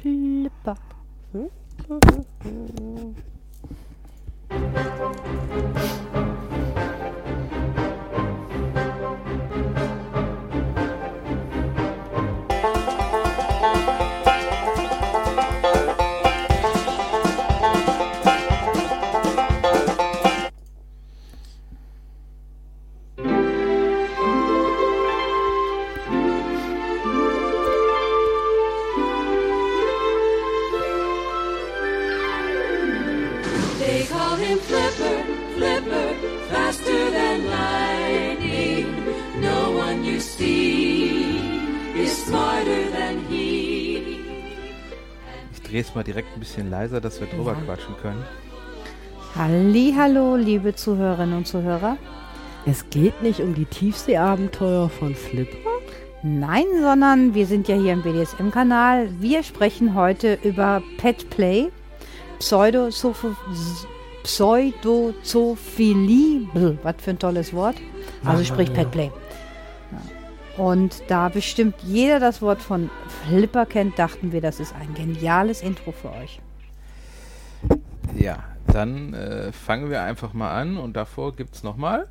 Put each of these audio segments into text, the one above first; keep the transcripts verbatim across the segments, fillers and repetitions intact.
Flipper. Hm? Dreh's mal direkt ein bisschen leiser, dass wir drüber ja. quatschen können. Hallihallo, liebe Zuhörerinnen und Zuhörer. Es geht nicht um die Tiefseeabenteuer von Flipper? Nein, sondern wir sind ja hier im B D S M-Kanal. Wir sprechen heute über Pet Play, Pseudozoph- Pseudozophilie, was für ein tolles Wort. Also sprich Pet Play. Und da bestimmt jeder das Wort von Flipper kennt, dachten wir, das ist ein geniales Intro für euch. Ja, dann äh, fangen wir einfach mal an und davor gibt es nochmal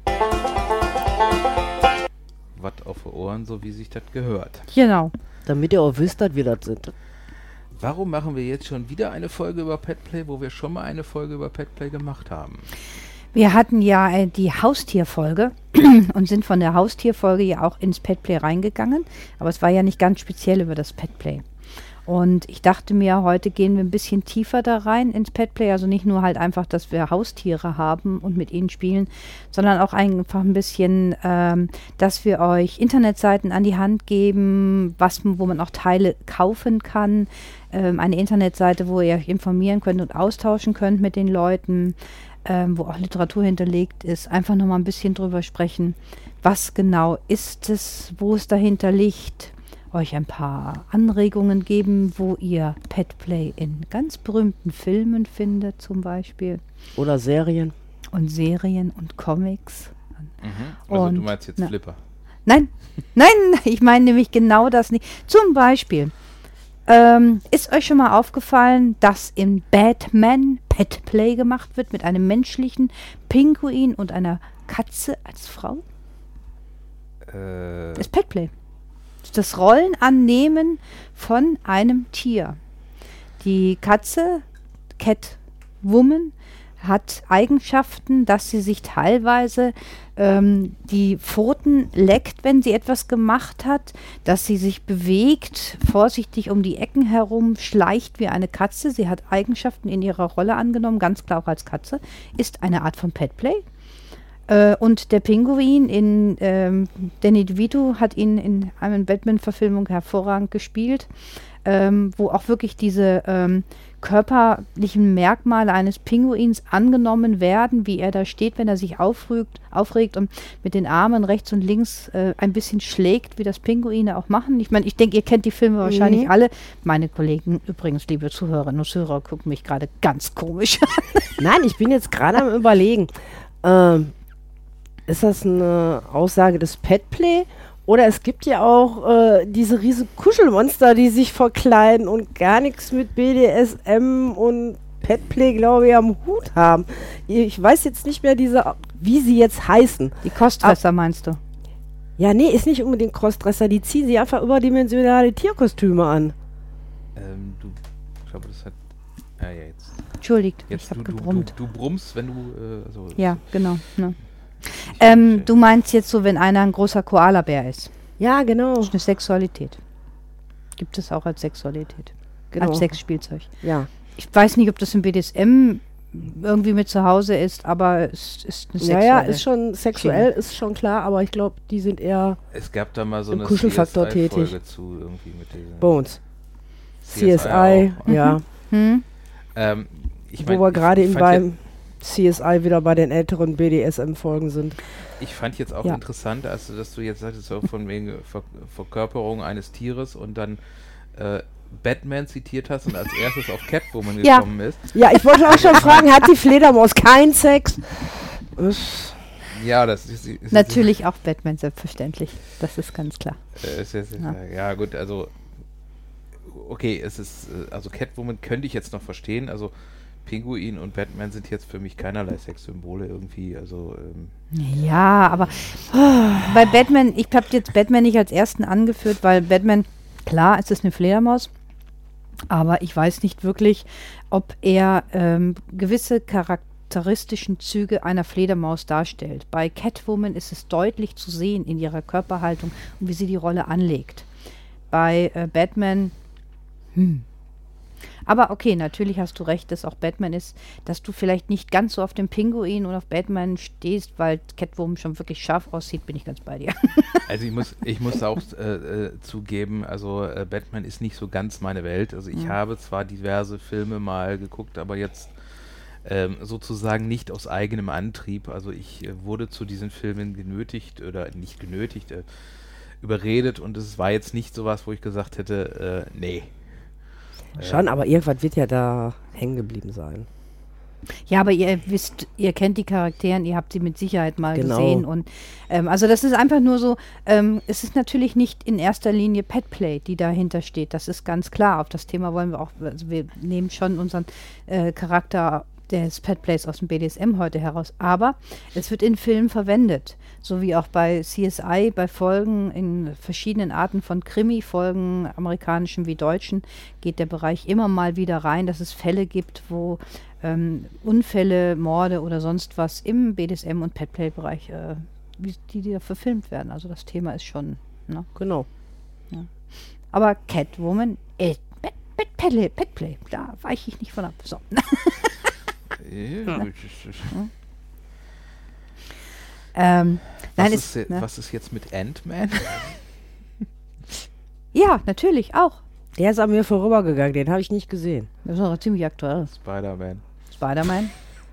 was auf die Ohren, so wie sich das gehört. Genau. Damit ihr auch wisst, dass wir das sind. Warum machen wir jetzt schon wieder eine Folge über Pet Play, wo wir schon mal eine Folge über Pet Play gemacht haben? Wir hatten ja äh, die Haustierfolge und sind von der Haustierfolge ja auch ins Petplay reingegangen, aber es war ja nicht ganz speziell über das Petplay. Und ich dachte mir, heute gehen wir ein bisschen tiefer da rein ins Petplay, also nicht nur halt einfach, dass wir Haustiere haben und mit ihnen spielen, sondern auch einfach ein bisschen, ähm, dass wir euch Internetseiten an die Hand geben, was, wo man auch Teile kaufen kann, ähm, eine Internetseite, wo ihr euch informieren könnt und austauschen könnt mit den Leuten, Ähm, wo auch Literatur hinterlegt ist, einfach nochmal ein bisschen drüber sprechen, was genau ist es, wo es dahinter liegt, euch ein paar Anregungen geben, wo ihr Petplay in ganz berühmten Filmen findet zum Beispiel. Oder Serien. Und Serien und Comics. Mhm. Also und, du meinst jetzt na, Flipper? Nein, nein, ich meine nämlich genau das nicht. Zum Beispiel, Ähm, ist euch schon mal aufgefallen, dass in Batman Petplay gemacht wird mit einem menschlichen Pinguin und einer Katze als Frau? Äh. Das ist Petplay. Das Rollenannehmen von einem Tier. Die Katze, Catwoman, hat Eigenschaften, dass sie sich teilweise ähm, die Pfoten leckt, wenn sie etwas gemacht hat, dass sie sich bewegt, vorsichtig um die Ecken herum, schleicht wie eine Katze. Sie hat Eigenschaften in ihrer Rolle angenommen, ganz klar auch als Katze, ist eine Art von Petplay. Äh, und der Pinguin in ähm, Danny DeVito hat ihn in einer Batman-Verfilmung hervorragend gespielt, ähm, wo auch wirklich diese ähm, körperlichen Merkmale eines Pinguins angenommen werden, wie er da steht, wenn er sich aufregt, aufregt und mit den Armen rechts und links äh, ein bisschen schlägt, wie das Pinguine auch machen. Ich meine, ich denke, ihr kennt die Filme mhm. wahrscheinlich alle. Meine Kollegen, übrigens, liebe Zuhörerinnen und Zuhörer, gucken mich gerade ganz komisch an. Nein, ich bin jetzt gerade am Überlegen. Ähm, ist das eine Aussage des Petplay? Oder es gibt ja auch äh, diese riesen Kuschelmonster, die sich verkleiden und gar nichts mit B D S M und Petplay, glaube ich, am Hut haben. Ich weiß jetzt nicht mehr, diese, wie sie jetzt heißen. Die Crossdresser Ab- meinst du? Ja, nee, ist nicht unbedingt Crossdresser. Die ziehen sie einfach überdimensionale Tierkostüme an. Ähm, du, ich glaube, das hat... Ah, ja, jetzt. Entschuldigt, jetzt ich habe du, gebrummt. Du, du, du brummst, wenn du... Äh, so ja, genau. Ne. Ähm, du meinst jetzt so, wenn einer ein großer Koalabär ist? Ja, genau. Das ist eine Sexualität. Gibt es auch als Sexualität. Genau. Als Sexspielzeug. Ja. Ich weiß nicht, ob das im B D S M irgendwie mit zu Hause ist, aber es ist eine sexuelle. Ja, ja, ist schon sexuell, Schiene. Ist schon klar, aber ich glaube, die sind eher es gab da mal so im eine Kuschelfaktor C S I-Folge tätig. zu irgendwie mit diesen Bones. C S I, C S I, auch. ja. Mhm. Ähm, ich Wo mein, wir gerade ich, ich beim C S I wieder bei den älteren B D S M-Folgen sind. Ich fand jetzt auch ja. interessant, also, dass du jetzt sagtest, so von wegen Ver- Verkörperung eines Tieres und dann äh, Batman zitiert hast und als erstes auf Catwoman ja. gekommen ist. Ja, ich wollte auch schon fragen, hat die Fledermaus keinen Sex? Ist ja, das ist, ist natürlich ist, auch Batman, selbstverständlich. Das ist ganz klar. Äh, ist, ist, ist, ja. ja, gut, also okay, es ist, äh, also Catwoman könnte ich jetzt noch verstehen, also Pinguin und Batman sind jetzt für mich keinerlei Sexsymbole irgendwie, also ähm, Ja, aber bei Batman, ich habe jetzt Batman nicht als ersten angeführt, weil Batman, klar, es ist eine Fledermaus, aber ich weiß nicht wirklich, ob er ähm, gewisse charakteristischen Züge einer Fledermaus darstellt. Bei Catwoman ist es deutlich zu sehen in ihrer Körperhaltung und wie sie die Rolle anlegt. Bei äh, Batman, hm. Aber okay, natürlich hast du recht, dass auch Batman ist, dass du vielleicht nicht ganz so auf den Pinguin und auf Batman stehst, weil Catwoman schon wirklich scharf aussieht, bin ich ganz bei dir. Also ich muss, ich muss auch äh, äh, zugeben, also äh, Batman ist nicht so ganz meine Welt. Also ich Mhm. habe zwar diverse Filme mal geguckt, aber jetzt ähm, sozusagen nicht aus eigenem Antrieb. Also ich äh, wurde zu diesen Filmen genötigt oder nicht genötigt, äh, überredet und es war jetzt nicht sowas, wo ich gesagt hätte, äh, nee. Schon, aber irgendwas wird ja da hängen geblieben sein. Ja, aber ihr wisst, ihr kennt die Charakteren, ihr habt sie mit Sicherheit mal Genau. gesehen. Und ähm, also das ist einfach nur so, ähm, es ist natürlich nicht in erster Linie Petplay, die dahinter steht. Das ist ganz klar. Auf das Thema wollen wir auch, also wir nehmen schon unseren äh, Charakter des Petplays aus dem B D S M heute heraus. Aber es wird in Filmen verwendet. So wie auch bei C S I, bei Folgen in verschiedenen Arten von Krimi-Folgen, amerikanischen wie deutschen, geht der Bereich immer mal wieder rein, dass es Fälle gibt, wo ähm, Unfälle, Morde oder sonst was im B D S M- und Petplay-Bereich, äh, wie die, die da verfilmt werden. Also das Thema ist schon, ne? Genau. Aber Catwoman, äh, Pet, Pet, Petplay, Petplay, da weiche ich nicht von ab. So. Ja. ähm, Was, nein, ist, ist, je- ne? was ist jetzt mit Ant-Man? Ja, natürlich, auch. Der ist an mir vorübergegangen, den habe ich nicht gesehen. Das ist auch ziemlich aktuell. Spider-Man. Spider-Man.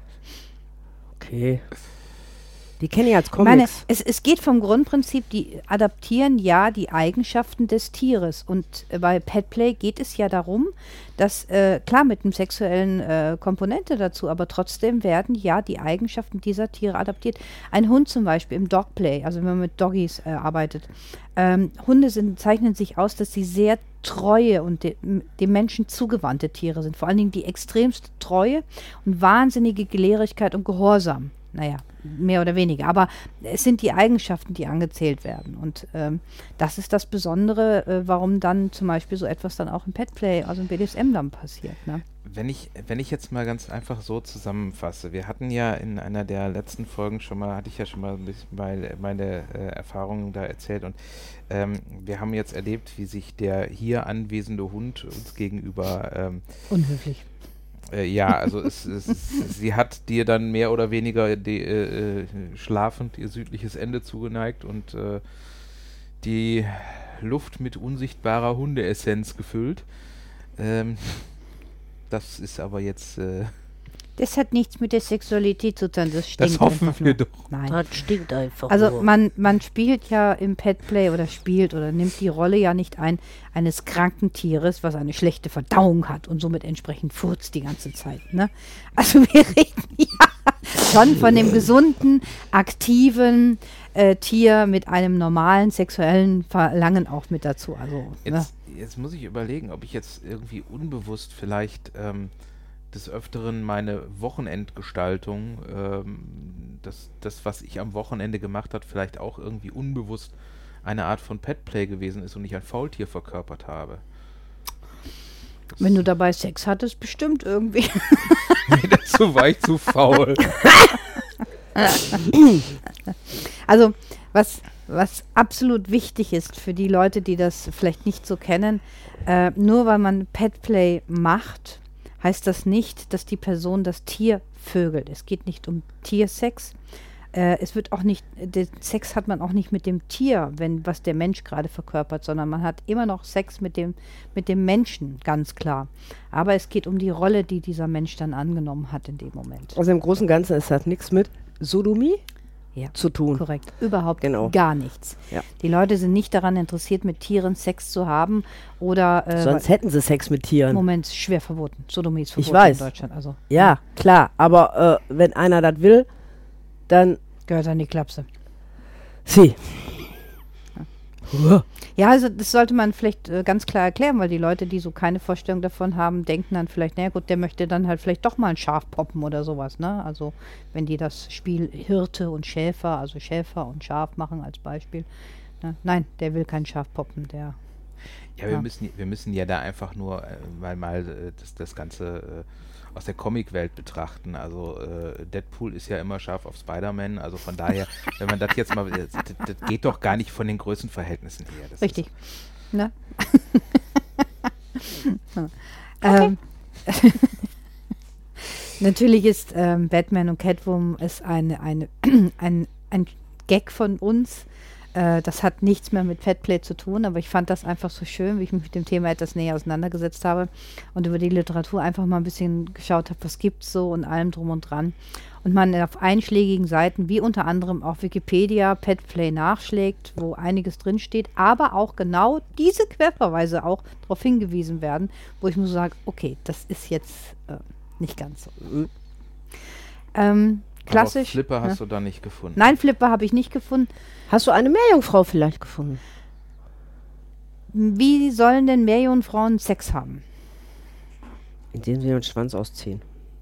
Okay. Die kenne ich als Ich meine, Comics. es, es geht vom Grundprinzip, die adaptieren ja die Eigenschaften des Tieres. Und äh, bei Petplay geht es ja darum, dass, äh, klar, mit einem sexuellen äh, Komponente dazu, aber trotzdem werden ja die Eigenschaften dieser Tiere adaptiert. Ein Hund zum Beispiel im Dogplay, also wenn man mit Doggies äh, arbeitet. Ähm, Hunde sind, zeichnen sich aus, dass sie sehr treue und de, m- dem Menschen zugewandte Tiere sind. Vor allen Dingen die extremste Treue und wahnsinnige Gelehrigkeit und Gehorsam. Naja, mehr oder weniger. Aber es sind die Eigenschaften, die angezählt werden. Und ähm, das ist das Besondere, äh, warum dann zum Beispiel so etwas dann auch im Petplay, also im B D S M dann passiert. Ne? Wenn ich, wenn ich jetzt mal ganz einfach so zusammenfasse, wir hatten ja in einer der letzten Folgen schon mal, hatte ich ja schon mal ein bisschen meine, meine äh, Erfahrungen da erzählt und ähm, wir haben jetzt erlebt, wie sich der hier anwesende Hund uns gegenüber ähm, Unhöflich. Äh, ja, also es, es, sie hat dir dann mehr oder weniger die, äh, äh, schlafend ihr südliches Ende zugeneigt und äh, die Luft mit unsichtbarer Hundeessenz gefüllt. Ähm, das ist aber jetzt, äh, Das hat nichts mit der Sexualität zu tun, das stinkt das hoffen einfach wir nur. doch. Nein. Das stinkt einfach Also nur. man, man spielt ja im Petplay oder spielt oder nimmt die Rolle ja nicht ein eines kranken Tieres, was eine schlechte Verdauung hat und somit entsprechend furzt die ganze Zeit. Ne? Also wir reden ja schon von dem gesunden, aktiven äh, Tier mit einem normalen sexuellen Verlangen auch mit dazu. Also, ne? Jetzt, jetzt muss ich überlegen, ob ich jetzt irgendwie unbewusst vielleicht ähm, des Öfteren meine Wochenendgestaltung, ähm, das, das, was ich am Wochenende gemacht habe, vielleicht auch irgendwie unbewusst eine Art von Petplay gewesen ist und ich ein Faultier verkörpert habe. Das Wenn du dabei Sex hattest, bestimmt irgendwie. nee, dazu war ich zu faul. Also, was, was absolut wichtig ist für die Leute, die das vielleicht nicht so kennen, äh, nur weil man Petplay macht, heißt das nicht, dass die Person das Tier vögelt. Es geht nicht um Tiersex. Äh, es wird auch nicht, den Sex hat man auch nicht mit dem Tier, wenn was der Mensch gerade verkörpert, sondern man hat immer noch Sex mit dem, mit dem Menschen, ganz klar. Aber es geht um die Rolle, die dieser Mensch dann angenommen hat in dem Moment. Also im Großen und Ganzen ist das nichts mit Sodomie Ja. zu tun. Korrekt, überhaupt Genau. gar nichts. Ja. Die Leute sind nicht daran interessiert, mit Tieren Sex zu haben oder äh, Sonst hätten sie Sex mit Tieren. Moment, schwer verboten. Sodomie ist Ich verboten weiß. in Deutschland, also Ja, klar. Aber äh, wenn einer das will, dann gehört an die Klapse. sie. Ja, also das sollte man vielleicht äh, ganz klar erklären, weil die Leute, die so keine Vorstellung davon haben, denken dann vielleicht, naja gut, der möchte dann halt vielleicht doch mal ein Schaf poppen oder sowas, ne? Also wenn die das Spiel Hirte und Schäfer, also Schäfer und Schaf machen als Beispiel. Ne? Nein, der will kein Schaf poppen, der... Ja, wir Ja. müssen, wir müssen ja da einfach nur äh, mal, mal äh, das, das Ganze äh, aus der Comicwelt betrachten. Also äh, Deadpool ist ja immer scharf auf Spider-Man, also von daher, wenn man das jetzt mal, das, das geht doch gar nicht von den Größenverhältnissen her. Das Richtig. Ist, Ne? ähm, Natürlich ist ähm, Batman und Catwoman ist eine, eine, ein, ein Gag von uns. Äh, das hat nichts mehr mit Fatplay zu tun, aber ich fand das einfach so schön, wie ich mich mit dem Thema etwas näher auseinandergesetzt habe und über die Literatur einfach mal ein bisschen geschaut habe, was gibt's so und allem drum und dran. Und man auf einschlägigen Seiten, wie unter anderem auch Wikipedia, Petplay nachschlägt, wo einiges drinsteht, aber auch genau diese Querverweise auch darauf hingewiesen werden, wo ich nur sage, okay, das ist jetzt äh, nicht ganz so. Ähm, klassisch. aber Flipper hast ne? du da nicht gefunden. Nein, Flipper habe ich nicht gefunden. Hast du eine Meerjungfrau vielleicht gefunden? Wie sollen denn Meerjungfrauen Sex haben? Indem sie den Schwanz ausziehen.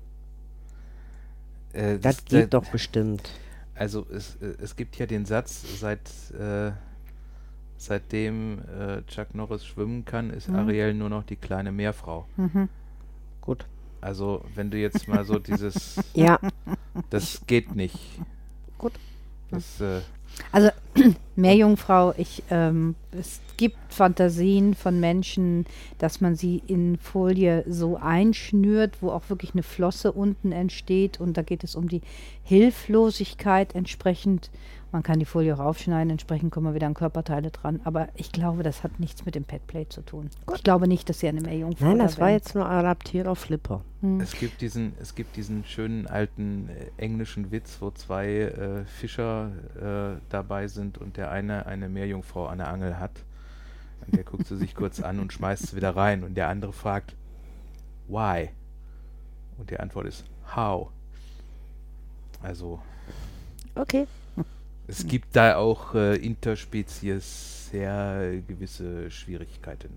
Äh, Das das- geht äh, doch bestimmt. Also es, äh, es gibt ja den Satz, seit äh, seitdem äh, Chuck Norris schwimmen kann, ist Mhm. Ariel nur noch die kleine Meerfrau. Mhm. Gut. Also wenn du jetzt mal so dieses, Ja, das geht nicht. Gut. Das, äh, Also Meerjungfrau, ich, ähm, es gibt Fantasien von Menschen, dass man sie in Folie so einschnürt, wo auch wirklich eine Flosse unten entsteht und da geht es um die Hilflosigkeit entsprechend. Man kann die Folie auch aufschneiden, entsprechend kommen wir wieder an Körperteile dran. Aber ich glaube, das hat nichts mit dem Petplay zu tun. Ich glaube nicht, dass sie eine Meerjungfrau nein, da das war wären. jetzt nur adaptiert auf Flipper. Hm. es gibt diesen, es gibt diesen schönen alten äh, englischen Witz, wo zwei äh, Fischer äh, dabei sind und der eine eine Meerjungfrau an der Angel hat. Und der guckt sie sich kurz an und schmeißt es wieder rein. Und der andere fragt, why? Und die Antwort ist, how? Also Okay. es gibt da auch äh, Interspezies sehr gewisse Schwierigkeiten.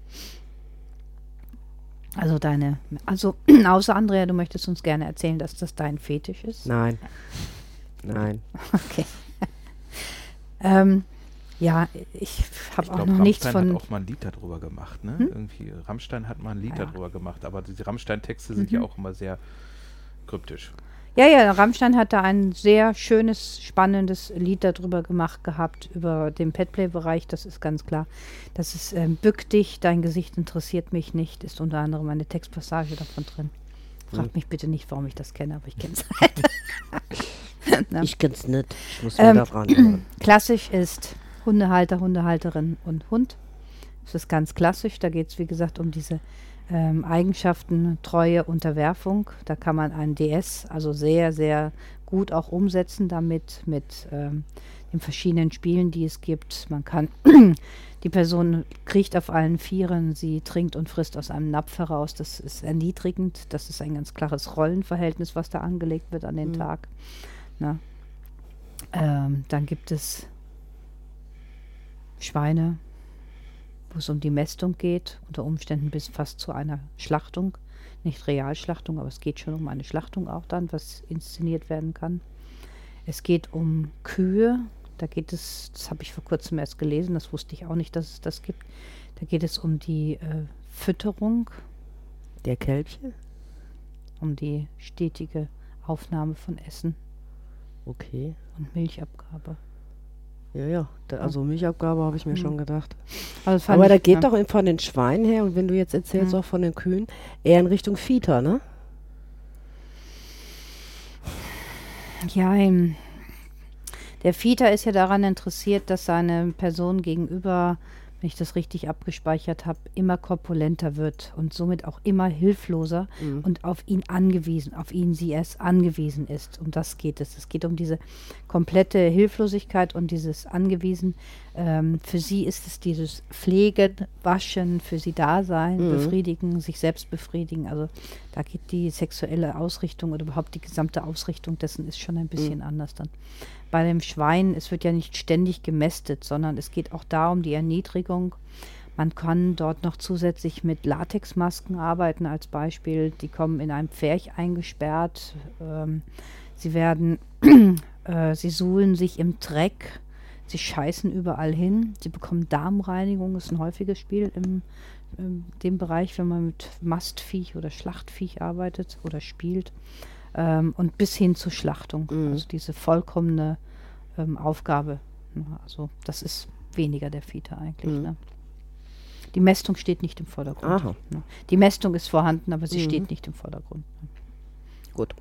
Also deine, also außer Andrea, du möchtest uns gerne erzählen, dass das dein Fetisch ist. Nein. Nein. Okay. ähm, ja, ich habe Ich auch glaube, noch nichts Rammstein von. hat auch mal ein Lied darüber gemacht, ne? Hm? Irgendwie, Rammstein hat mal ein Lied Ja. darüber gemacht, aber diese Rammstein-Texte sind ja Mhm. auch immer sehr kryptisch. Ja, ja, Rammstein hat da ein sehr schönes, spannendes Lied darüber gemacht gehabt, über den Petplay-Bereich, das ist ganz klar. Das ist ähm, Bück dich, dein Gesicht interessiert mich nicht, ist unter anderem eine Textpassage davon drin. Fragt Hm. mich bitte nicht, warum ich das kenne, aber ich kenne es halt. Ja. Ich kenn's nicht. Ich muss mir Ähm, da dran hören. Klassisch ist Hundehalter, Hundehalterin und Hund. Das ist ganz klassisch. Da geht es, wie gesagt, um diese ähm, Eigenschaften, Treue, Unterwerfung. Da kann man einen D S also sehr, sehr gut auch umsetzen damit, mit ähm, den verschiedenen Spielen, die es gibt. Man kann, die Person kriecht auf allen Vieren, sie trinkt und frisst aus einem Napf heraus. Das ist erniedrigend. Das ist ein ganz klares Rollenverhältnis, was da angelegt wird an den Mhm. Tag. Na? Ähm, dann gibt es Schweine, wo es um die Mästung geht, unter Umständen bis fast zu einer Schlachtung. Nicht Realschlachtung, aber es geht schon um eine Schlachtung auch dann, was inszeniert werden kann. Es geht um Kühe, da geht es, das habe ich vor kurzem erst gelesen, das wusste ich auch nicht, dass es das gibt. Da geht es um die äh, Fütterung, Der Kälbchen? um die stetige Aufnahme von Essen Okay. und Milchabgabe. Ja, ja. Da, also Milchabgabe habe ich mir Mhm. schon gedacht. Also das fand Aber da ich, geht ja. doch von den Schweinen her, und wenn du jetzt erzählst Mhm. auch von den Kühen, eher in Richtung Vieter, ne? Ja, ähm, der Vieter ist ja daran interessiert, dass seine Person gegenüber, wenn ich das richtig abgespeichert habe, immer korpulenter wird und somit auch immer hilfloser Mhm. und auf ihn angewiesen, auf ihn sie es angewiesen ist. Um das geht es. Es geht um diese komplette Hilflosigkeit und dieses Angewiesen. Ähm, für sie ist es dieses Pflegen, Waschen, für sie da sein, Mhm. befriedigen, sich selbst befriedigen. Also da geht die sexuelle Ausrichtung oder überhaupt die gesamte Ausrichtung dessen ist schon ein bisschen anders dann. bei dem Schwein, es wird ja nicht ständig gemästet, sondern es geht auch da um die Erniedrigung. Man kann dort noch zusätzlich mit Latexmasken arbeiten als Beispiel. Die kommen in einem Pferch eingesperrt. Ähm, sie werden, äh, sie suhlen sich im Dreck. Sie scheißen überall hin. Sie bekommen Darmreinigung. Das ist ein häufiges Spiel im, in dem Bereich, wenn man mit Mastviech oder Schlachtviech arbeitet oder spielt. Ähm, und bis hin zur Schlachtung. Mhm. Also diese vollkommene ähm, Aufgabe. Ja, also das ist weniger der Fiete eigentlich. Mhm. Ne? Die Mästung steht nicht im Vordergrund. Aha. Ne? Die Mästung ist vorhanden, aber sie Mhm. steht nicht im Vordergrund. Ne? Gut.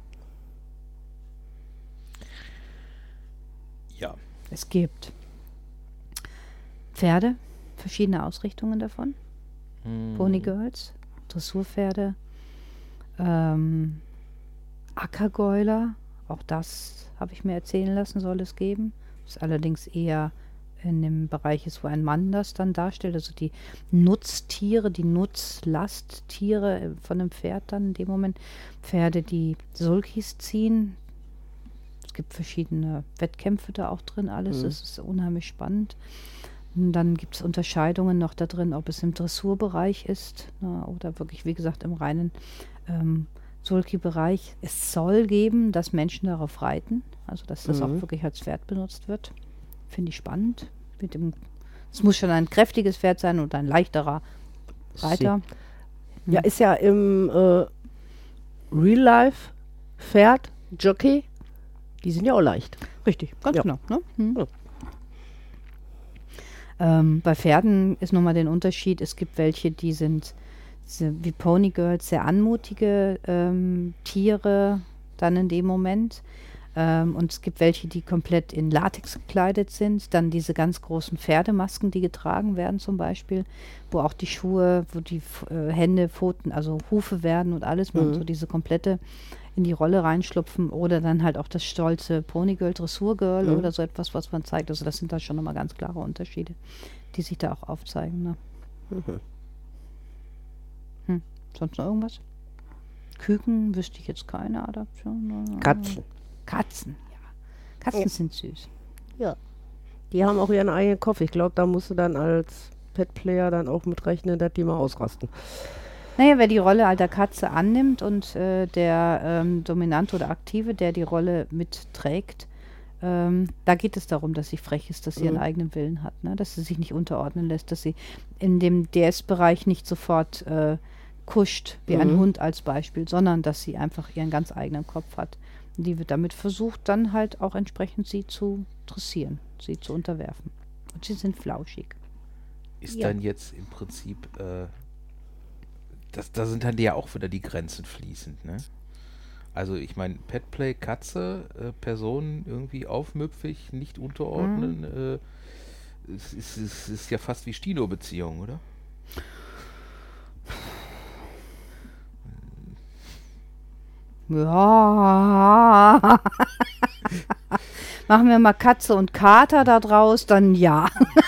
Ja. Es gibt Pferde, verschiedene Ausrichtungen davon. Hm. Pony Girls, Dressurpferde, ähm, Ackergäuler, auch das habe ich mir erzählen lassen, soll es geben. Das allerdings eher in dem Bereich ist, wo ein Mann das dann darstellt, also die Nutztiere, die Nutzlasttiere äh, von einem Pferd dann in dem Moment. Pferde, die Sulkis ziehen. Es gibt verschiedene Wettkämpfe da auch drin, alles. Mhm. Das ist unheimlich spannend. Und dann gibt es Unterscheidungen noch da drin, ob es im Dressurbereich ist, na, oder wirklich, wie gesagt, im reinen ähm, Sulki-Bereich. Es soll geben, dass Menschen darauf reiten, also dass das Mhm. auch wirklich als Pferd benutzt wird. Finde ich spannend. Mit dem, es muss schon ein kräftiges Pferd sein und ein leichterer Reiter. Ja, ist ja im äh, Real Life Pferd, Jockey, die sind ja auch leicht. Richtig, ganz Ja. genau. Ne? Hm. Ja. Ähm, bei Pferden ist nochmal der Unterschied, es gibt welche, die sind se- wie Pony Girls sehr anmutige ähm, Tiere dann in dem Moment. Ähm, und es gibt welche, die komplett in Latex gekleidet sind. Dann diese ganz großen Pferdemasken, die getragen werden zum Beispiel, wo auch die Schuhe, wo die F- äh, Hände, Pfoten, also Hufe werden und alles, man Mhm. so diese komplette in die Rolle reinschlupfen. Oder dann halt auch das stolze Ponygirl, Dressurgirl Mhm. oder so etwas, was man zeigt. Also das sind da schon nochmal ganz klare Unterschiede, die sich da auch aufzeigen. Ne? Mhm. Hm. Sonst noch irgendwas? Küken wüsste ich jetzt keine Adaption. Katzen. Katzen, ja. Katzen Ja. sind süß. Die haben auch ihren eigenen Kopf. Ich glaube, da musst du dann als Pet-Player dann auch mit rechnen, dass die mal ausrasten. Naja, wer die Rolle alter Katze annimmt und äh, der ähm, Dominante oder Aktive, der die Rolle mitträgt, ähm, da geht es darum, dass sie frech ist, dass sie ihren Mhm. eigenen Willen hat, ne? Dass sie sich nicht unterordnen lässt, dass sie in dem D S-Bereich nicht sofort äh, kuscht, wie ein Mhm. Hund als Beispiel, sondern dass sie einfach ihren ganz eigenen Kopf hat. Und die wird damit versucht, dann halt auch entsprechend sie zu dressieren, sie zu unterwerfen. Und sie sind flauschig. Ist Ja. dann jetzt im Prinzip, äh, das, da sind dann ja auch wieder die Grenzen fließend, ne? Also ich meine, Petplay, Katze, äh, Personen irgendwie aufmüpfig, nicht unterordnen, äh, es, ist, es ist ja fast wie Stino-Beziehung, oder? Ja. Machen wir mal Katze und Kater da draus, dann ja.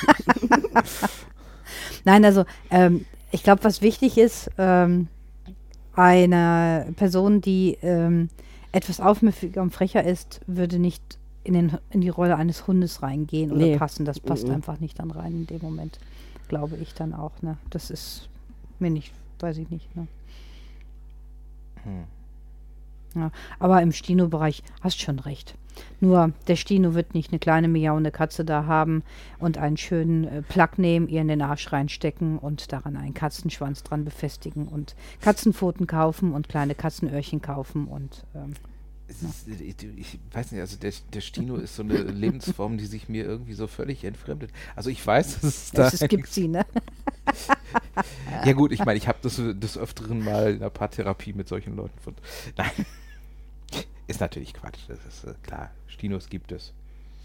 Nein, also ähm, ich glaube, was wichtig ist, ähm, eine Person, die ähm, etwas aufmüpfiger und frecher ist, würde nicht in, den, in die Rolle eines Hundes reingehen oder Nee. passen. Das passt Mhm. einfach nicht dann rein in dem Moment, glaube ich dann auch. Ne? Das ist mir nicht, weiß ich nicht. Ne? Hm. Ja, aber im Stino-Bereich hast schon recht. Nur der Stino wird nicht eine kleine miauende Katze da haben und einen schönen äh, Plug nehmen, ihr in den Arsch reinstecken und daran einen Katzenschwanz dran befestigen und Katzenpfoten kaufen und kleine Katzenöhrchen kaufen und ähm, Es ist, ich, ich weiß nicht, also der, der Stino ist so eine Lebensform, die sich mir irgendwie so völlig entfremdet. Also ich weiß, dass es da... es, es gibt sie, ne? Ja gut, ich meine, ich habe das des Öfteren mal in einer Paartherapie mit solchen Leuten von... Nein, ist natürlich Quatsch, das ist äh, klar. Stinos gibt es.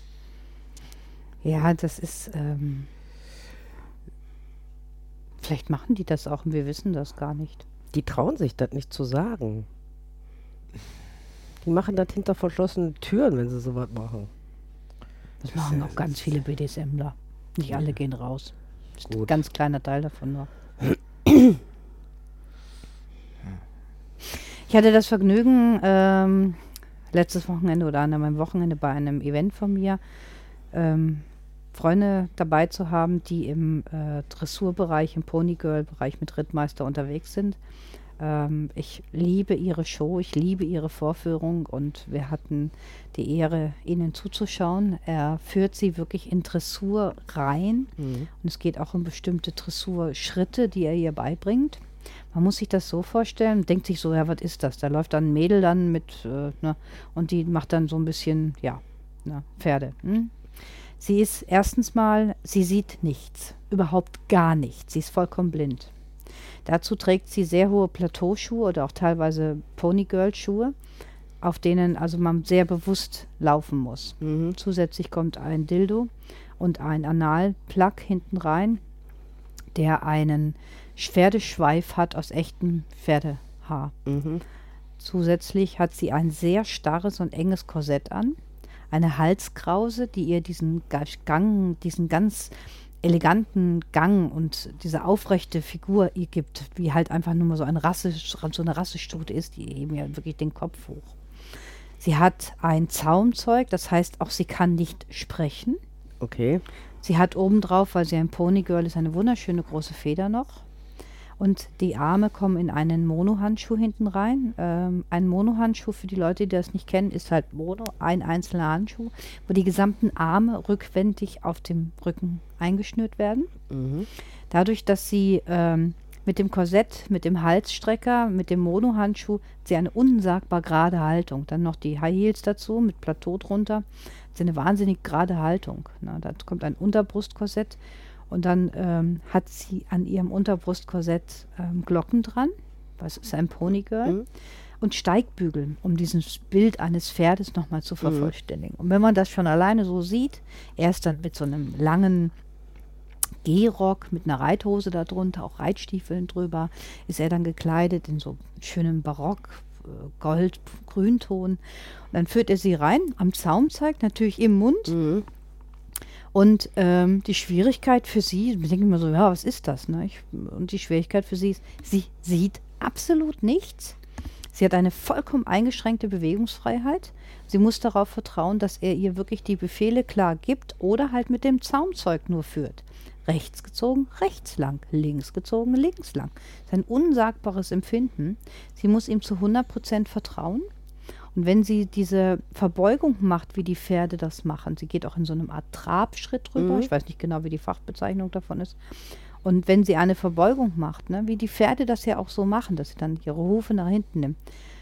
Ja, das ist, ähm, vielleicht machen die das auch und wir wissen das gar nicht. Die trauen sich das nicht zu sagen. Die machen das hinter verschlossenen Türen, wenn sie sowas machen. Das Das machen ist- auch ganz viele BDSMler. Nicht alle gehen raus. Das ist ein Gut. ganz kleiner Teil davon nur. Ich hatte das Vergnügen, ähm, letztes Wochenende oder an einem Wochenende bei einem Event von mir ähm, Freunde dabei zu haben, die im äh, Dressurbereich, im Ponygirl-Bereich mit Rittmeister unterwegs sind. Ähm, ich liebe ihre Show, ich liebe ihre Vorführung und wir hatten die Ehre, ihnen zuzuschauen. Er führt sie wirklich in Dressur rein Mhm. und es geht auch um bestimmte Dressurschritte, die er ihr beibringt. Man muss sich das so vorstellen, denkt sich so, ja, was ist das? Da läuft dann ein Mädel dann mit, äh, ne, und die macht dann so ein bisschen, ja, ne, Pferde. Hm? Sie ist erstens mal, sie sieht nichts, überhaupt gar nichts. Sie ist vollkommen blind. Dazu trägt sie sehr hohe Plateauschuhe oder auch teilweise Ponygirl-Schuhe, auf denen also man sehr bewusst laufen muss. Mhm. Zusätzlich kommt ein Dildo und ein Analplug hinten rein, der einen Pferdeschweif hat aus echtem Pferdehaar. Mhm. Zusätzlich hat sie ein sehr starres und enges Korsett an, eine Halskrause, die ihr diesen Ga- Gang, diesen ganz eleganten Gang und diese aufrechte Figur ihr gibt, wie halt einfach nur mal so, ein Rasse, so eine Rassestute ist, die heben ja wirklich den Kopf hoch. Sie hat ein Zaumzeug, das heißt auch, sie kann nicht sprechen. Okay. Sie hat obendrauf, weil sie ein Ponygirl ist, eine wunderschöne große Feder noch. Und die Arme kommen in einen Mono-Handschuh hinten rein. Ähm, ein Mono-Handschuh, für die Leute, die das nicht kennen, ist halt Mono, ein einzelner Handschuh, wo die gesamten Arme rückwendig auf dem Rücken eingeschnürt werden. Mhm. Dadurch, dass sie ähm, mit dem Korsett, mit dem Halsstrecker, mit dem Mono-Handschuh, hat sie eine unsagbar gerade Haltung. Dann noch die High Heels dazu, mit Plateau drunter. Das ist eine wahnsinnig gerade Haltung. Na, da kommt ein Unterbrustkorsett. Und dann ähm, hat sie an ihrem Unterbrustkorsett ähm, Glocken dran, was ist ein Ponygirl, Mhm. und Steigbügel, um dieses Bild eines Pferdes nochmal zu vervollständigen. Und wenn man das schon alleine so sieht, er ist dann mit so einem langen Gehrock mit einer Reithose darunter, auch Reitstiefeln drüber, ist er dann gekleidet in so schönem Barock, äh, Gold, Grünton. Und dann führt er sie rein, am Zaumzeug, natürlich im Mund. Mhm. Und ähm, die Schwierigkeit für sie, ich denke immer so, ja, was ist das? Ne? Ich, und die Schwierigkeit für sie ist, sie sieht absolut nichts. Sie hat eine vollkommen eingeschränkte Bewegungsfreiheit. Sie muss darauf vertrauen, dass er ihr wirklich die Befehle klar gibt oder halt mit dem Zaumzeug nur führt. Rechts gezogen, rechts lang, links gezogen, links lang. Das ist ein unsagbares Empfinden. Sie muss ihm zu hundert Prozent vertrauen. Und wenn sie diese Verbeugung macht, wie die Pferde das machen, sie geht auch in so einem Art Trabschritt drüber, Mhm. ich weiß nicht genau, wie die Fachbezeichnung davon ist. Und wenn sie eine Verbeugung macht, ne, wie die Pferde das ja auch so machen, dass sie dann ihre Hufe nach hinten nimmt,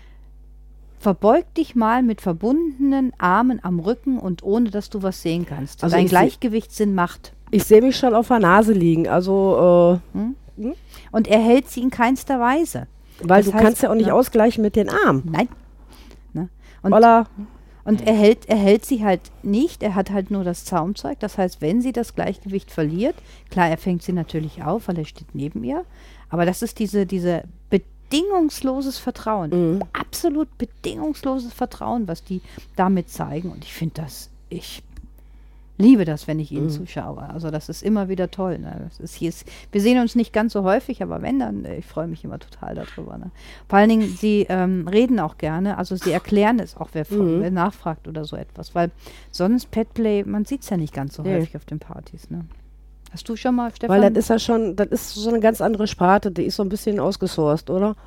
verbeug dich mal mit verbundenen Armen am Rücken und ohne, dass du was sehen kannst. Also Dein ich seh- Gleichgewichtssinn macht. Ich sehe mich schon auf der Nase liegen. Also, äh, Und er hält sie in keinster Weise. weil Das du heißt, kannst ja auch nicht ne? ausgleichen mit den Armen. Nein. Ne? Und Oder? Und er hält, er hält sie halt nicht, er hat halt nur das Zaumzeug. Das heißt, wenn sie das Gleichgewicht verliert, klar, er fängt sie natürlich auf, weil er steht neben ihr. Aber das ist diese, diese bedingungsloses Vertrauen. Mhm. Absolut bedingungsloses Vertrauen, was die damit zeigen. Und ich finde das, ich liebe das, wenn ich ihnen Mhm. zuschaue. Also das ist immer wieder toll. Ne? Das ist, hier ist, wir sehen uns nicht ganz so häufig, aber wenn, dann, äh, ich freue mich immer total darüber. Ne? Vor allen Dingen, sie ähm, reden auch gerne, also sie erklären es auch, wer, Mhm. wer nachfragt oder so etwas. Weil sonst Petplay, man sieht es ja nicht ganz so Nee. häufig auf den Partys. Ne? Hast du schon mal, Stefan? Weil das ist ja schon, das ist so eine ganz andere Sparte, die ist so ein bisschen ausgesourced, oder?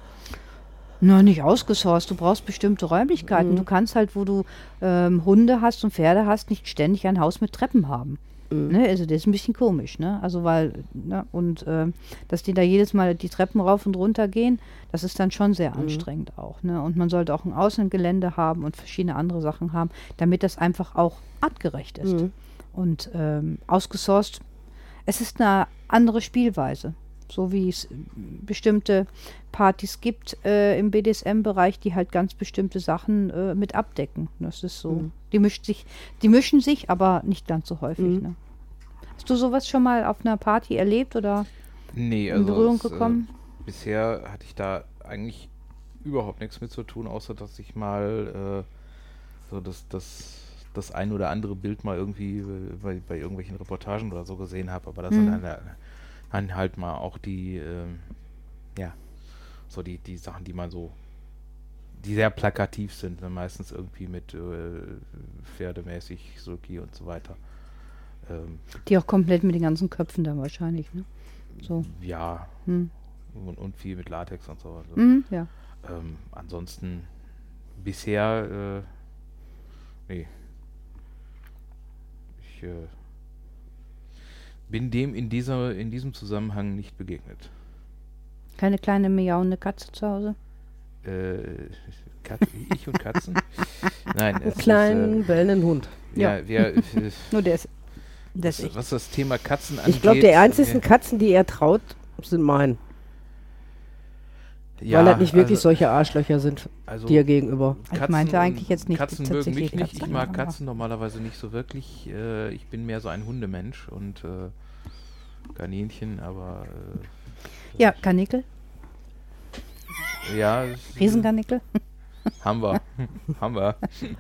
Na, nicht ausgesourced. Du brauchst bestimmte Räumlichkeiten. Mhm. Du kannst halt, wo du ähm, Hunde hast und Pferde hast, nicht ständig ein Haus mit Treppen haben. Mhm. Ne? Also das ist ein bisschen komisch, ne? Also weil, ne? Und ähm, dass die da jedes Mal die Treppen rauf und runter gehen, das ist dann schon sehr Mhm. anstrengend auch, ne? Und man sollte auch ein Außengelände haben und verschiedene andere Sachen haben, damit das einfach auch artgerecht ist. Mhm. Und ähm, ausgesourced, es ist eine andere Spielweise. So wie es äh, bestimmte Partys gibt äh, im B D S M-Bereich, die halt ganz bestimmte Sachen äh, mit abdecken. Das ist so. Mhm. Die mischt sich, die mischen sich, aber nicht ganz so häufig. Mhm. Ne? Hast du sowas schon mal auf einer Party erlebt oder Nee, in also Berührung es, gekommen? Äh, bisher hatte ich da eigentlich überhaupt nichts mit zu tun, außer dass ich mal äh, so das, das, das ein oder andere Bild mal irgendwie äh, bei, bei irgendwelchen Reportagen oder so gesehen habe, aber das Mhm. sind dann, dann halt mal auch die, ähm, ja, so die, die Sachen, die man so die sehr plakativ sind, ne? Meistens irgendwie mit äh, pferdemäßig, Sulky und so weiter. Ähm, Die auch komplett mit den ganzen Köpfen dann wahrscheinlich, ne? So. ja, Hm. und, und viel mit Latex und so. Also, Mhm, ja. ähm, ansonsten bisher, äh, nee. Ich äh, bin dem in, dieser, in diesem Zusammenhang nicht begegnet. Keine kleine miauende Katze zu Hause? Äh, Kat ich und Katzen? Nein, Einen es kleinen, ist, bellenden Hund. äh, ja, Ja. wir, äh, Nur der ist, der ist was, echt. was das Thema Katzen angeht. Ich glaube, die einzigsten äh, Katzen, die er traut, sind mein. ja, weil das nicht wirklich also, solche Arschlöcher sind also dir gegenüber. Ich meinte eigentlich jetzt nicht Katzen die mögen mich tatsächliche nicht. Ich Katze, mag aber- Katzen normalerweise nicht so wirklich. Äh, ich bin mehr so ein Hundemensch und äh, Kaninchen, aber äh, Ja, Karnickel, ja, es- Riesenkarnickel. haben wir, haben wir.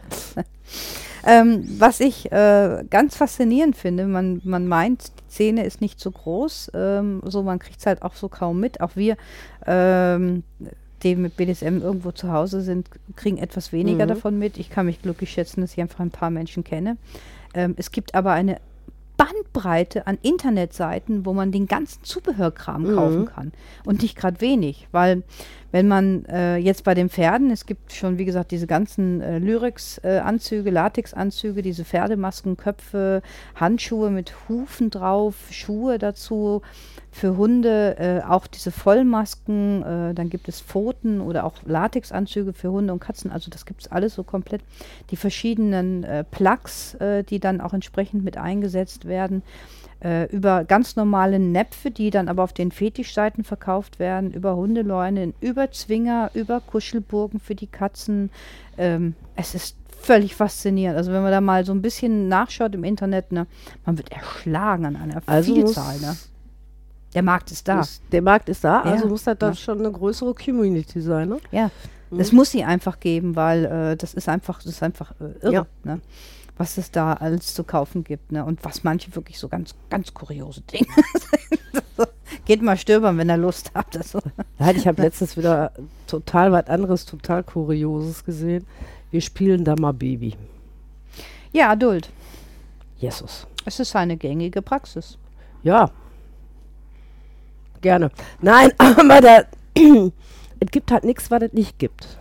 Ähm, was ich äh, ganz faszinierend finde, man, man meint, die Szene ist nicht so groß, ähm, so man kriegt es halt auch so kaum mit. Auch wir, ähm, die mit B D S M irgendwo zu Hause sind, kriegen etwas weniger Mhm. davon mit. Ich kann mich glücklich schätzen, dass ich einfach ein paar Menschen kenne. Ähm, es gibt aber eine Bandbreite an Internetseiten, wo man den ganzen Zubehörkram Mhm. kaufen kann. Und nicht gerade wenig, weil wenn man äh, jetzt bei den Pferden, es gibt schon, wie gesagt, diese ganzen äh, Lyrex-Anzüge, Latex-Anzüge, diese Pferdemasken, Köpfe, Handschuhe mit Hufen drauf, Schuhe dazu, für Hunde äh, auch diese Vollmasken, äh, dann gibt es Pfoten oder auch Latexanzüge für Hunde und Katzen, also das gibt es alles so komplett. Die verschiedenen äh, Plugs, äh, die dann auch entsprechend mit eingesetzt werden, äh, über ganz normale Näpfe, die dann aber auf den Fetischseiten verkauft werden, über Hundeleunen, über Zwinger, über Kuschelburgen für die Katzen. Ähm, es ist völlig faszinierend. Also wenn man da mal so ein bisschen nachschaut im Internet, ne, man wird erschlagen an einer Also Vielzahl. muss- Ne? Der Markt ist da. Muss, der Markt ist da, Ja. also muss das dann Ja. schon eine größere Community sein, ne? Ja, Mhm. es muss sie einfach geben, weil äh, das ist einfach, das ist einfach äh, irre, Ja. ne? Was es da alles zu kaufen gibt, ne? Und was manche wirklich so ganz, ganz kuriose Dinge sind. Geht mal stöbern, wenn ihr Lust habt. Also. Ja, ich habe letztens wieder total was anderes, total Kurioses gesehen. Wir spielen da mal Baby. Ja, Adult. Jesus. Es ist eine gängige Praxis. Ja. Gerne. Nein, aber da, es gibt halt nichts, was es nicht gibt.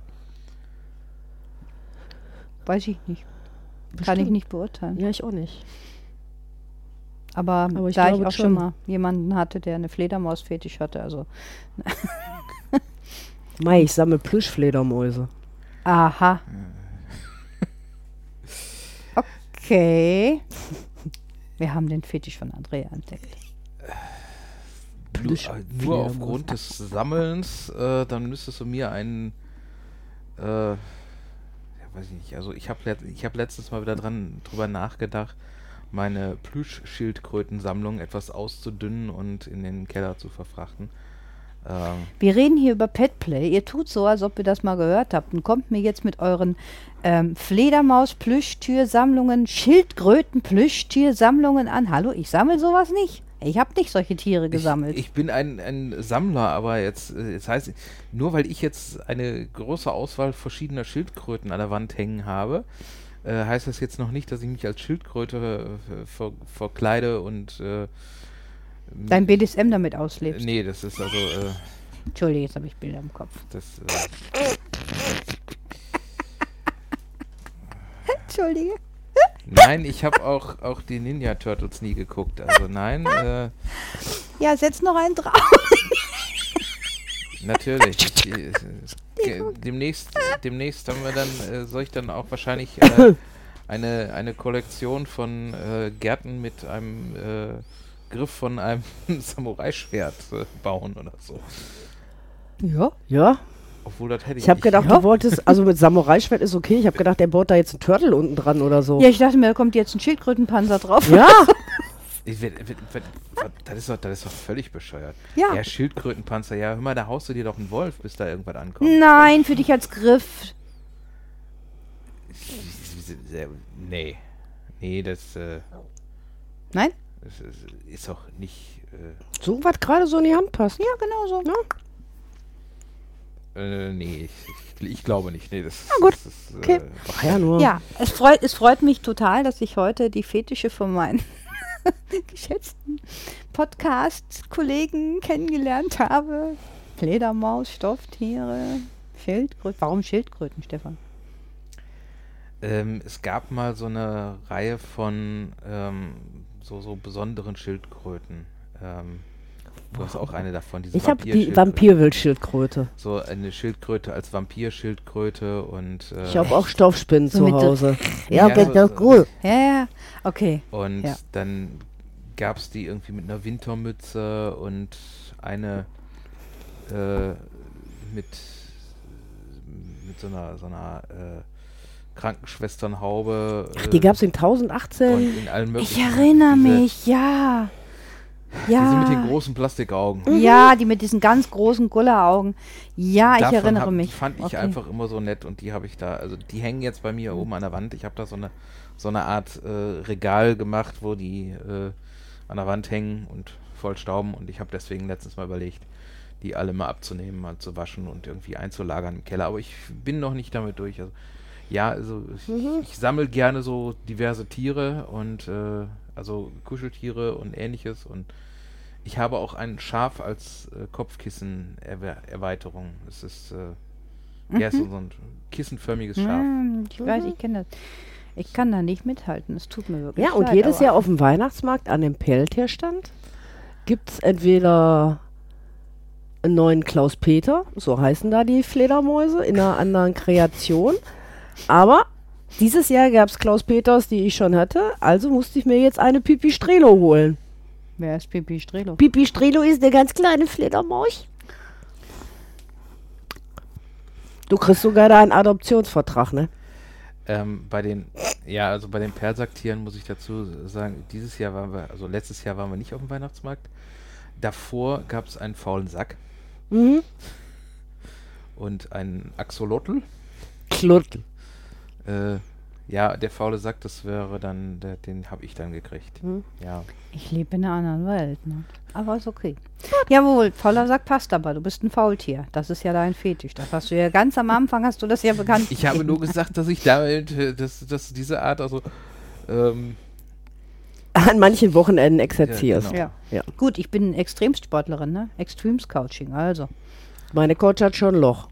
Weiß ich nicht. Kann ich Bestimmt. nicht beurteilen. Ja, ich auch nicht. Aber, Aber ich da ich glaube auch schon schon. mal jemanden hatte, der eine Fledermaus-Fetisch hatte, also. Mei, ich sammle Plüschfledermäuse. Aha. Okay. Wir haben den Fetisch von Andrea entdeckt. Nur, Plüsch- äh, nur Fledermaus. aufgrund des Sammelns, äh, dann müsstest du mir einen, äh, ja, weiß ich nicht, also ich habe let ich hab letztes Mal wieder dran drüber nachgedacht, meine Plüschschildkrötensammlung etwas auszudünnen und in den Keller zu verfrachten. Ähm, Wir reden hier über Petplay. Ihr tut so, als ob ihr das mal gehört habt und kommt mir jetzt mit euren ähm, Fledermaus-Plüschtiersammlungen, Schildkröten-Plüschtiersammlungen an. Hallo, ich sammle sowas nicht. Ich habe nicht solche Tiere gesammelt. Ich, ich bin ein, ein Sammler, aber jetzt, äh, jetzt heißt, nur weil ich jetzt eine große Auswahl verschiedener Schildkröten an der Wand hängen habe, äh, heißt das jetzt noch nicht, dass ich mich als Schildkröte äh, ver verkleide und äh, Dein B D S M damit auslebst. nee, das ist also äh, Entschuldige, jetzt habe ich Bilder im Kopf. das äh, Entschuldige. nein, ich habe auch auch die Ninja Turtles nie geguckt, also nein, äh, Ja, setz noch einen drauf. natürlich. Ich, äh, äh, demnächst demnächst haben wir dann äh, soll ich dann auch wahrscheinlich äh, eine eine Kollektion von äh, Gärten mit einem äh, Griff von einem Samurai-Schwert äh, bauen oder so. Ja. Ja, Obwohl, das hätte ich ich habe nicht. gedacht, Ja. du wolltest, also mit Samurai-Schwert ist okay. Ich habe gedacht, der baut da jetzt einen Turtle unten dran oder so. Ja, ich dachte mir, da kommt jetzt ein Schildkrötenpanzer drauf. Ja, Ich, werd- werd- werd- das, ist doch, das ist doch völlig bescheuert. Ja. Ja, Schildkrötenpanzer. Ja, hör mal, da haust du dir doch einen Wolf, bis da irgendwas ankommt. Nein, für dich als Griff. Nee. Nee, das, äh, Nein? das ist, ist doch nicht. Äh, so was gerade so in die Hand passt. Ja, genau so. Ja. Äh, nee, ich, ich, ich glaube nicht. Nee, das, Na gut, das ist, okay. äh, Ach ja, nur. Ja, es freut, es freut mich total, dass ich heute die Fetische von meinen geschätzten Podcast-Kollegen kennengelernt habe. Fledermaus, Stofftiere, Schildkröten. Warum Schildkröten, Stefan? Ähm, es gab mal so eine Reihe von ähm, so, so besonderen Schildkröten. Ähm, du hast auch eine davon, diese Ich habe die Vampirschildkröte. Vampirwildschildkröte. So eine Schildkröte als Vampirschildkröte und äh, Ich habe auch Stoffspinnen So zu mit- Hause. Ja, Ja, geht so- doch gut. Ja, ja, okay. und Ja. dann gab es die irgendwie mit einer Wintermütze und eine äh, mit mit so einer so einer äh, Krankenschwesternhaube. Ach, die äh, gab es in tausendachtzehn. und in allen möglichen. Ich erinnere diese, mich, ja. Ja. Diese mit den großen Plastikaugen. Ja, die mit diesen ganz großen Gulleraugen. Ja, ich Davon erinnere hab, mich. Die fand ich Okay. einfach immer so nett und die habe ich da, also die hängen jetzt bei mir oben an der Wand. Ich habe da so eine so eine Art äh, Regal gemacht, wo die äh, an der Wand hängen und voll stauben und ich habe deswegen letztens mal überlegt, die alle mal abzunehmen, mal zu waschen und irgendwie einzulagern im Keller. Aber ich bin noch nicht damit durch. Also, ja, also ich, Mhm. ich sammle gerne so diverse Tiere und äh, also Kuscheltiere und ähnliches und ich habe auch ein Schaf als äh, Kopfkissen-Erweiterung. Es ist äh, ja, so, so ein kissenförmiges Schaf. Ja, ich weiß, Mhm. ich kenne das. Ich kann da nicht mithalten. Es tut mir wirklich Ja, und leid, jedes aber- Jahr auf dem Weihnachtsmarkt an dem Peltierstand gibt es entweder einen neuen Klaus-Peter, so heißen da die Fledermäuse, in einer anderen Kreation. Aber dieses Jahr gab es Klaus-Peters, die ich schon hatte, also musste ich mir jetzt eine Pipistrelo holen. Wer ist Pipi Strelo? Pipistrelo ist eine ganz kleine Fledermaus. Du kriegst sogar da einen Adoptionsvertrag, ne? Ähm, bei den, ja, also bei den Perlsacktieren muss ich dazu sagen, dieses Jahr waren wir, also letztes Jahr waren wir nicht auf dem Weihnachtsmarkt. Davor gab es einen faulen Sack Mhm. und einen Axolotl. Kluttel. Äh, ja, der faule Sack, das wäre dann, der, den habe ich dann gekriegt. Mhm. Ja. Ich lebe in einer anderen Welt, ne? Aber ist okay. Jawohl, fauler Sack passt aber. Du bist ein Faultier. Das ist ja dein Fetisch. Das hast du ja ganz am Anfang, hast du das ja bekannt. Ich habe nur gesagt, dass ich damit, äh, dass, dass diese Art, also ähm, An manchen Wochenenden exerzierst. genau. Ja. Ja. Gut, ich bin Extremsportlerin, ne? Extreme Couching, also. Meine Couch hat schon ein Loch.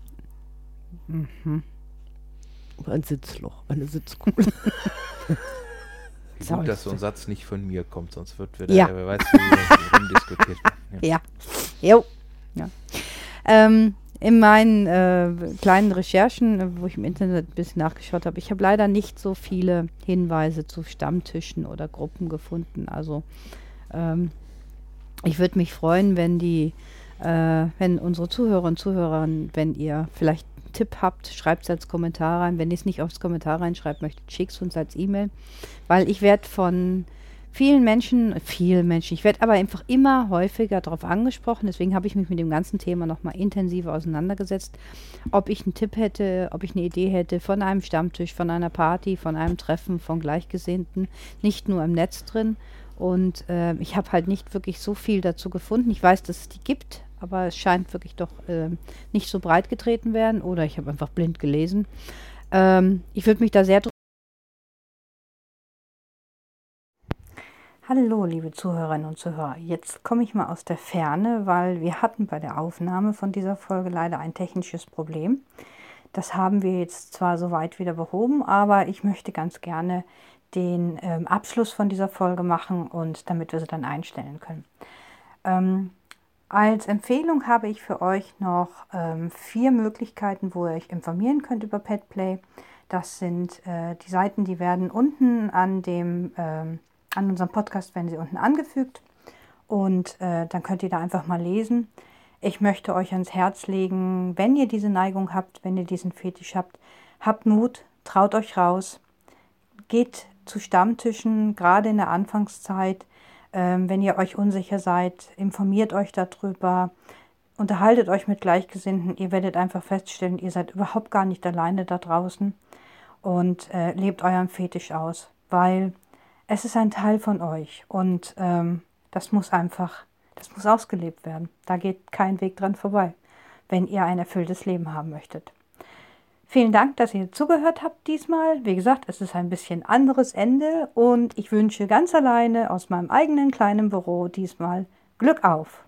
Mhm. Ein Sitzloch, eine Sitzkugel. Wie Sorry. gut, dass so ein Satz nicht von mir kommt, sonst wird wieder, Ja. wer weiß, wie rumdiskutiert wird. Ja. Ja. Jo. Ja. Ähm, in meinen äh, kleinen Recherchen, äh, wo ich im Internet ein bisschen nachgeschaut habe, ich habe leider nicht so viele Hinweise zu Stammtischen oder Gruppen gefunden. Also ähm, ich würde mich freuen, wenn die, äh, wenn unsere Zuhörer und Zuhörer, wenn ihr vielleicht einen Tipp habt, schreibt es als Kommentar rein. Wenn ihr es nicht aufs Kommentar reinschreibt möchtet, schickt es uns als E-Mail. Weil ich werde von vielen Menschen, vielen Menschen, ich werde aber einfach immer häufiger darauf angesprochen, deswegen habe ich mich mit dem ganzen Thema nochmal intensiver auseinandergesetzt, ob ich einen Tipp hätte, ob ich eine Idee hätte von einem Stammtisch, von einer Party, von einem Treffen von Gleichgesinnten, nicht nur im Netz drin. Und äh, ich habe halt nicht wirklich so viel dazu gefunden. Ich weiß, dass es die gibt, aber es scheint wirklich doch äh, nicht so breit getreten werden oder ich habe einfach blind gelesen. Ähm, ich würde mich da sehr drüber. Hallo, liebe Zuhörerinnen und Zuhörer. Jetzt komme ich mal aus der Ferne, weil wir hatten bei der Aufnahme von dieser Folge leider ein technisches Problem. Das haben wir jetzt zwar soweit wieder behoben, aber ich möchte ganz gerne den ähm, Abschluss von dieser Folge machen und damit wir sie dann einstellen können. Ähm, als Empfehlung habe ich für euch noch ähm, vier Möglichkeiten, wo ihr euch informieren könnt über Petplay. Das sind äh, die Seiten, die werden unten an dem ähm, an unserem Podcast werden sie unten angefügt und äh, dann könnt ihr da einfach mal lesen. Ich möchte euch ans Herz legen, wenn ihr diese Neigung habt, wenn ihr diesen Fetisch habt, habt Mut, traut euch raus, geht zu Stammtischen, gerade in der Anfangszeit. Ähm, wenn ihr euch unsicher seid, informiert euch darüber, unterhaltet euch mit Gleichgesinnten. Ihr werdet einfach feststellen, ihr seid überhaupt gar nicht alleine da draußen und äh, lebt euren Fetisch aus, weil es ist ein Teil von euch und ähm, das muss einfach, das muss ausgelebt werden. Da geht kein Weg dran vorbei. wenn ihr ein erfülltes Leben haben möchtet. Vielen Dank, dass ihr zugehört habt diesmal. Wie gesagt, es ist ein bisschen anderes Ende und ich wünsche ganz alleine aus meinem eigenen kleinen Büro diesmal Glück auf!